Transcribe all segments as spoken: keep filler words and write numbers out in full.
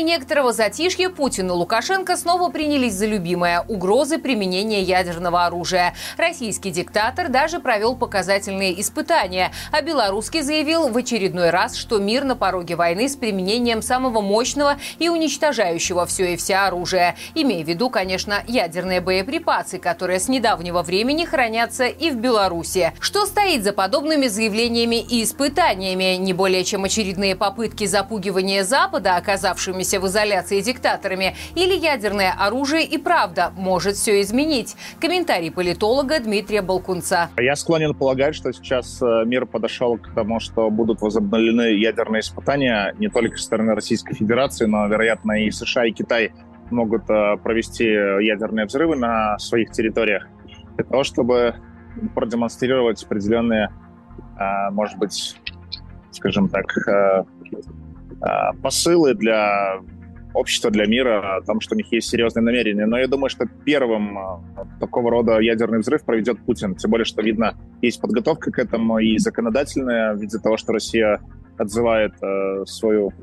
После некоторого затишья Путин и Лукашенко снова принялись за любимое – угрозы применения ядерного оружия. Российский диктатор даже провел показательные испытания, а белорусский заявил в очередной раз, что мир на пороге войны с применением самого мощного и уничтожающего все и вся оружия. Имея в виду, конечно, ядерные боеприпасы, которые с недавнего времени хранятся и в Беларуси. Что стоит за подобными заявлениями и испытаниями? Не более чем очередные попытки запугивания Запада, оказавшимися в изоляции диктаторами, или ядерное оружие и правда может все изменить? Комментарий политолога Дмитрия Балкунца. Я склонен полагать, что сейчас мир подошел к тому, что будут возобновлены ядерные испытания не только со стороны Российской Федерации, но, вероятно, и США, и Китай могут провести ядерные взрывы на своих территориях для того, чтобы продемонстрировать определенные, может быть, скажем так, посылы для общества, для мира о том, что у них есть серьезные намерения. Но я думаю, что первым такого рода ядерный взрыв проведет Путин. Тем более, что, видно, есть подготовка к этому и законодательная, в виде того, что Россия отзывает э, свою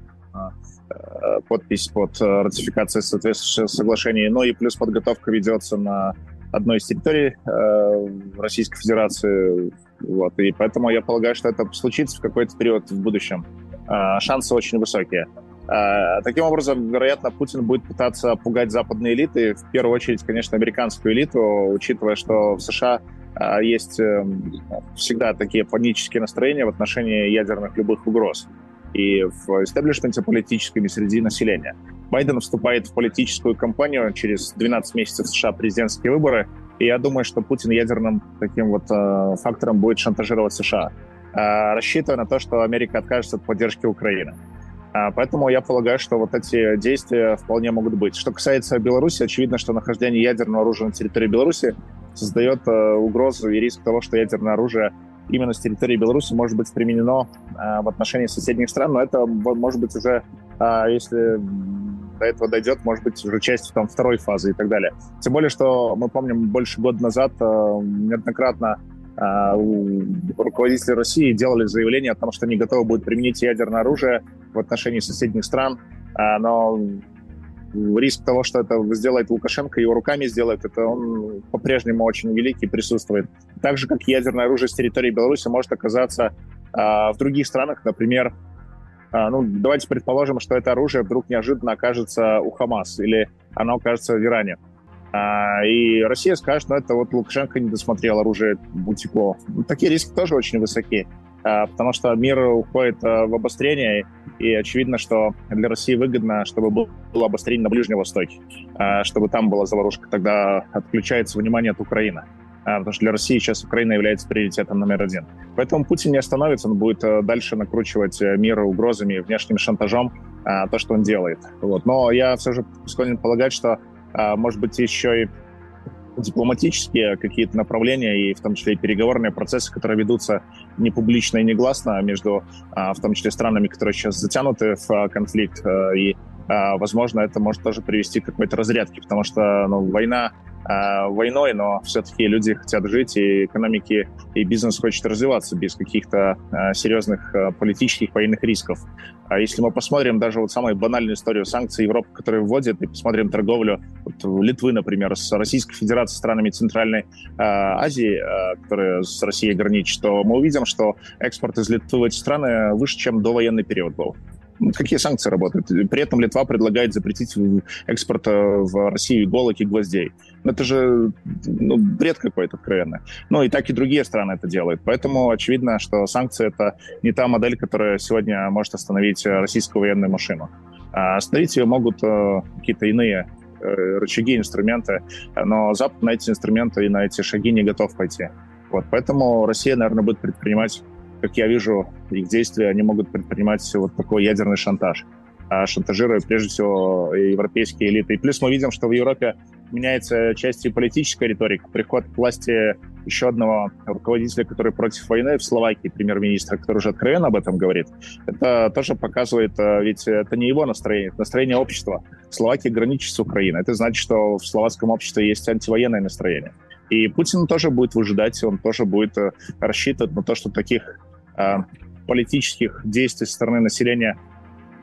э, подпись под ратификацией соответствующего соглашения. Ну и плюс подготовка ведется на одной из территорий э, Российской Федерации. Вот. И поэтому я полагаю, что это случится в какой-то период в будущем. Э, шансы очень высокие. Таким образом, вероятно, Путин будет пытаться пугать западные элиты, в первую очередь, конечно, американскую элиту, учитывая, что в США есть всегда такие панические настроения в отношении ядерных любых угроз и в истеблишменте политическом, и среди населения. Байден вступает в политическую кампанию, через двенадцать месяцев в США президентские выборы, и я думаю, что Путин ядерным таким вот фактором будет шантажировать США, рассчитывая на то, что Америка откажется от поддержки Украины. Поэтому я полагаю, что вот эти действия вполне могут быть. Что касается Беларуси, очевидно, что нахождение ядерного оружия на территории Беларуси создает угрозу и риск того, что ядерное оружие именно с территории Беларуси может быть применено в отношении соседних стран. Но это может быть уже, если до этого дойдет, может быть уже частью там второй фазы и так далее. Тем более, что мы помним, больше года назад неоднократно руководители России делали заявление о том, что они готовы будут применить ядерное оружие в отношении соседних стран, но риск того, что это сделает Лукашенко, его руками сделает, это он по-прежнему очень великий, присутствует. Так же, как ядерное оружие с территории Беларуси может оказаться в других странах, например, ну, давайте предположим, что это оружие вдруг неожиданно окажется у Хамас или оно окажется в Иране. И Россия скажет, ну это вот Лукашенко не досмотрел, оружие утекло. Такие риски тоже очень высоки, потому что мир уходит в обострение, и очевидно, что для России выгодно, чтобы было обострение на Ближнем Востоке, чтобы там была заварушка. Тогда отключается внимание от Украины, потому что для России сейчас Украина является приоритетом номер один. Поэтому Путин не остановится, он будет дальше накручивать мир угрозами, внешним шантажом, то, что он делает. Вот. Но я все же склонен полагать, что может быть, еще и дипломатические какие-то направления, и в том числе и переговорные процессы, которые ведутся не публично и не гласно между, в том числе, странами, которые сейчас затянуты в конфликт. И, возможно, это может тоже привести к какой-то разрядке, потому что ну, война войной, но все-таки люди хотят жить, и экономики, и бизнес хочет развиваться без каких-то серьезных политических военных рисков. А если мы посмотрим даже вот самую банальную историю санкций Европы, которые вводят, и посмотрим торговлю вот, Литвы, например, с Российской Федерацией, странами Центральной э, Азии, э, которые с Россией граничат, то мы увидим, что экспорт из Литвы в эти страны выше, чем довоенный период был. Какие санкции работают? При этом Литва предлагает запретить экспорт в Россию иголок и гвоздей. Это же ну, бред какой-то откровенный. Ну и так и другие страны это делают. Поэтому очевидно, что санкции — это не та модель, которая сегодня может остановить российскую военную машину. А остановить ее могут какие-то иные рычаги, инструменты, но Запад на эти инструменты и на эти шаги не готов пойти. Вот. Поэтому Россия, наверное, будет предпринимать, как я вижу, их действия, они могут предпринимать вот такой ядерный шантаж, шантажируя прежде всего европейские элиты. И плюс мы видим, что в Европе меняется часть и политическая риторика. Приход к власти еще одного руководителя, который против войны в Словакии, премьер-министра, который уже откровенно об этом говорит, это тоже показывает, ведь это не его настроение, это настроение общества. Словакия граничит с Украиной. Это значит, что в словацком обществе есть антивоенное настроение. И Путин тоже будет выжидать, он тоже будет рассчитывать на то, что таких э, политических действий со стороны населения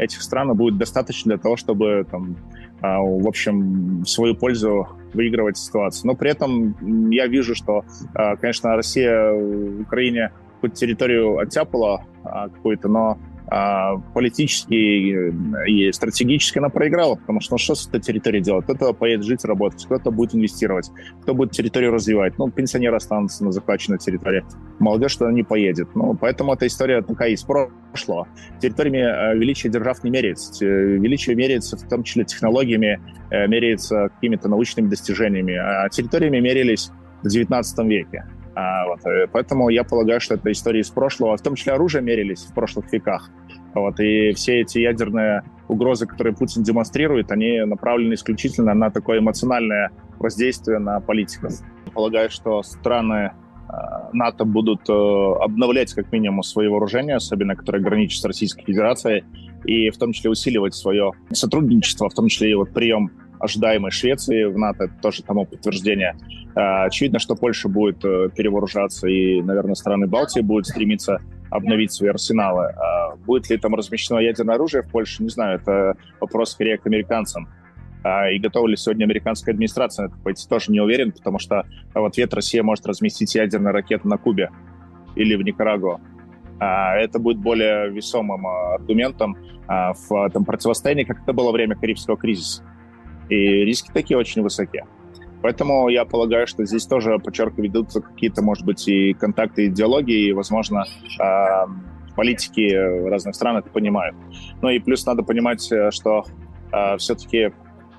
этих стран будет достаточно для того, чтобы, там, в общем, в свою пользу выигрывать ситуацию. Но при этом я вижу, что, конечно, Россия в Украине какую-то территорию оттяпала какую-то, но политически и стратегически она проиграла, потому что ну, что с этой территорией делать? Кто-то поедет жить, работать, кто-то будет инвестировать, кто будет территорию развивать. Ну, пенсионеры останутся на захваченной территории, молодежь туда не поедет. Ну, поэтому эта история такая из прошлого. Территориями величия держав не меряется. Величие меряется в том числе технологиями, меряется какими-то научными достижениями. А территориями мерились в девятнадцатом веке. А, вот, поэтому я полагаю, что это история из прошлого, в том числе оружие мерились в прошлых веках. Вот, и все эти ядерные угрозы, которые Путин демонстрирует, они направлены исключительно на такое эмоциональное воздействие на политиков. Я полагаю, что страны э, НАТО будут э, обновлять как минимум свои вооружения, особенно которые граничат с Российской Федерацией, и в том числе усиливать свое сотрудничество, в том числе и вот прием ожидаемой Швеции в НАТО, это тоже тому подтверждение. Очевидно, что Польша будет перевооружаться, и, наверное, страны Балтии будут стремиться обновить свои арсеналы. Будет ли там размещено ядерное оружие в Польше, не знаю, это вопрос скорее к американцам. И готова ли сегодня американская администрация на это пойти, тоже не уверен, потому что в ответ Россия может разместить ядерные ракеты на Кубе или в Никарагуа. Это будет более весомым аргументом в этом противостоянии, как это было во время Карибского кризиса. И риски такие очень высоки. Поэтому я полагаю, что здесь тоже, подчеркиваю, ведутся какие-то, может быть, и контакты, и идеологии, и, возможно, политики разных стран это понимают. Ну и плюс надо понимать, что все-таки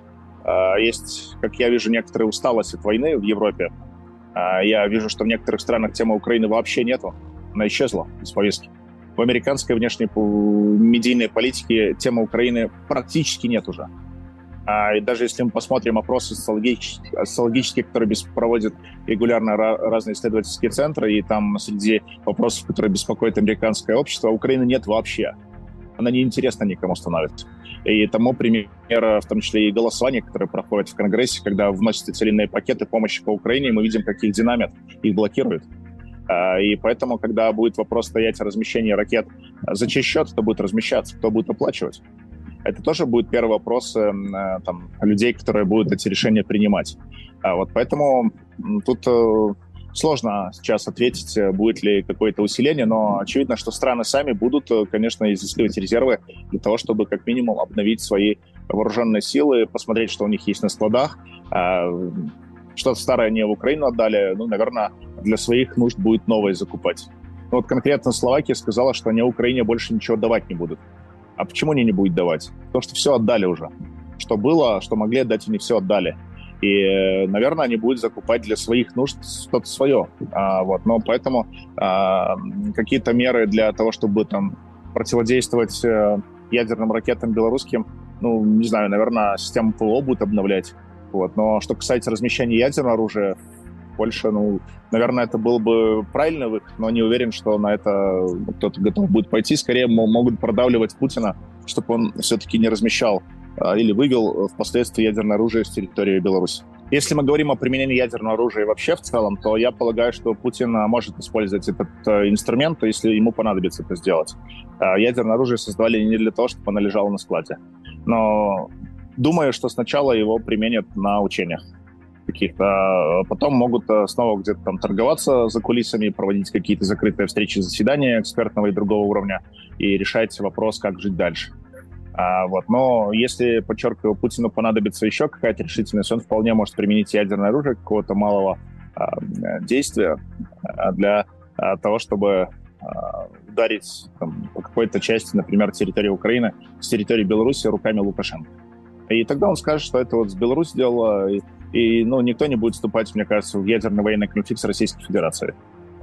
есть, как я вижу, некоторая усталость от войны в Европе. Я вижу, что в некоторых странах темы Украины вообще нету. Она исчезла из повестки. В американской внешней медийной политике темы Украины практически нет уже. И даже если мы посмотрим опросы социологические, социологические которые проводят регулярно разные исследовательские центры, и там среди вопросов, которые беспокоит американское общество, Украины нет вообще. Она неинтересна никому становится. И тому пример, в том числе и голосование, которое проходит в Конгрессе, когда вносятся целинные пакеты помощи по Украине, мы видим, как их динамит, их блокируют. И поэтому, когда будет вопрос стоять о размещении ракет, за чей счет это будет размещаться, кто будет оплачивать? Это тоже будет первый вопрос э, там, людей, которые будут эти решения принимать. А вот поэтому тут э, сложно сейчас ответить, будет ли какое-то усиление, но очевидно, что страны сами будут, конечно, изыскивать резервы для того, чтобы как минимум обновить свои вооруженные силы, посмотреть, что у них есть на складах. А, что-то старое они в Украину отдали, ну, наверное, для своих нужд будет новое закупать. Ну, вот конкретно Словакия сказала, что они Украине больше ничего давать не будут. А почему они не будут давать? Потому что все отдали уже. Что было, что могли отдать, они все отдали. И, наверное, они будут закупать для своих нужд что-то свое. А, вот. Но поэтому а, какие-то меры для того, чтобы там противодействовать а, ядерным ракетам белорусским, ну, не знаю, наверное, систему ПВО будут обновлять. Вот. Но что касается размещения ядерного оружия, Польша, ну, наверное, это был бы правильный выход, но не уверен, что на это кто-то готов будет пойти. Скорее могут продавливать Путина, чтобы он все-таки не размещал а, или вывел впоследствии ядерное оружие с территории Беларуси. Если мы говорим о применении ядерного оружия вообще в целом, то я полагаю, что Путин может использовать этот а, инструмент, если ему понадобится это сделать. А, ядерное оружие создавали не для того, чтобы оно лежало на складе. Но думаю, что сначала его применят на учениях каких-то, потом могут снова где-то там торговаться за кулисами, проводить какие-то закрытые встречи, заседания экспертного и другого уровня и решать вопрос, как жить дальше. А, вот. Но если, подчеркиваю, Путину понадобится еще какая-то решительность, он вполне может применить ядерное оружие какого-то малого а, действия для а, того, чтобы а, ударить там, по какой-то части, например, территории Украины, с территории Беларуси руками Лукашенко. И тогда он скажет, что это вот с Беларусь сделала, и, и ну, никто не будет вступать, мне кажется, в ядерный военный конфликт с Российской Федерацией.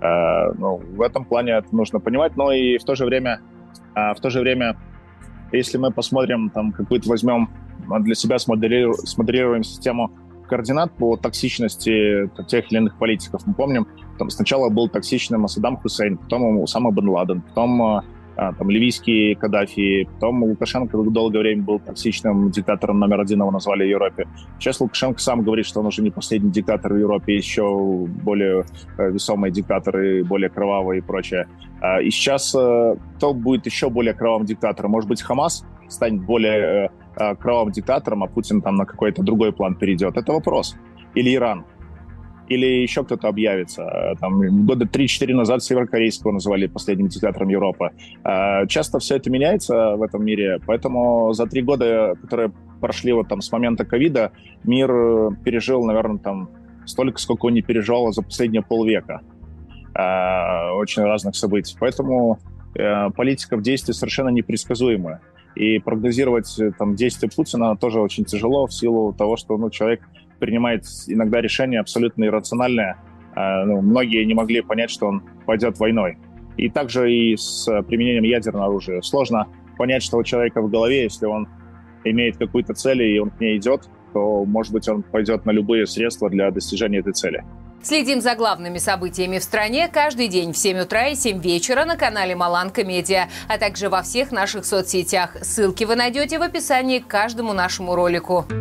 А, ну, в этом плане это нужно понимать, но и в то же время, а, в то же время, если мы посмотрим, там, какую-то возьмем для себя, смоделируем, смоделируем систему координат по токсичности тех или иных политиков. Мы помним, там сначала был токсичным Саддам Хусейн, потом Усама бен Ладен, потом там ливийский Каддафи, потом Лукашенко долгое время был токсичным диктатором номер один, его назвали в Европе. Сейчас Лукашенко сам говорит, что он уже не последний диктатор в Европе, еще более весомые диктаторы, более кровавые и прочее. И сейчас кто будет еще более кровавым диктатором? Может быть, Хамас станет более кровавым диктатором, а Путин там на какой-то другой план перейдет? Это вопрос. Или Иран? Или еще кто-то объявится. Там, года три-четыре назад северокорейского называли последним диктатором Европы. Часто все это меняется в этом мире, поэтому за три года, которые прошли вот там с момента ковида, мир пережил, наверное, там столько, сколько он не переживал за последние полвека. Очень разных событий. Поэтому политика в действии совершенно непредсказуемая. И прогнозировать там действия Путина тоже очень тяжело в силу того, что ну, человек принимает иногда решения абсолютно иррациональные. Ну, многие не могли понять, что он пойдет войной. И также и с применением ядерного оружия. Сложно понять, что у человека в голове, если он имеет какую-то цель и он к ней идет, то, может быть, он пойдет на любые средства для достижения этой цели. Следим за главными событиями в стране каждый день в семь утра и семь вечера на канале Маланка Медиа, а также во всех наших соцсетях. Ссылки вы найдете в описании к каждому нашему ролику.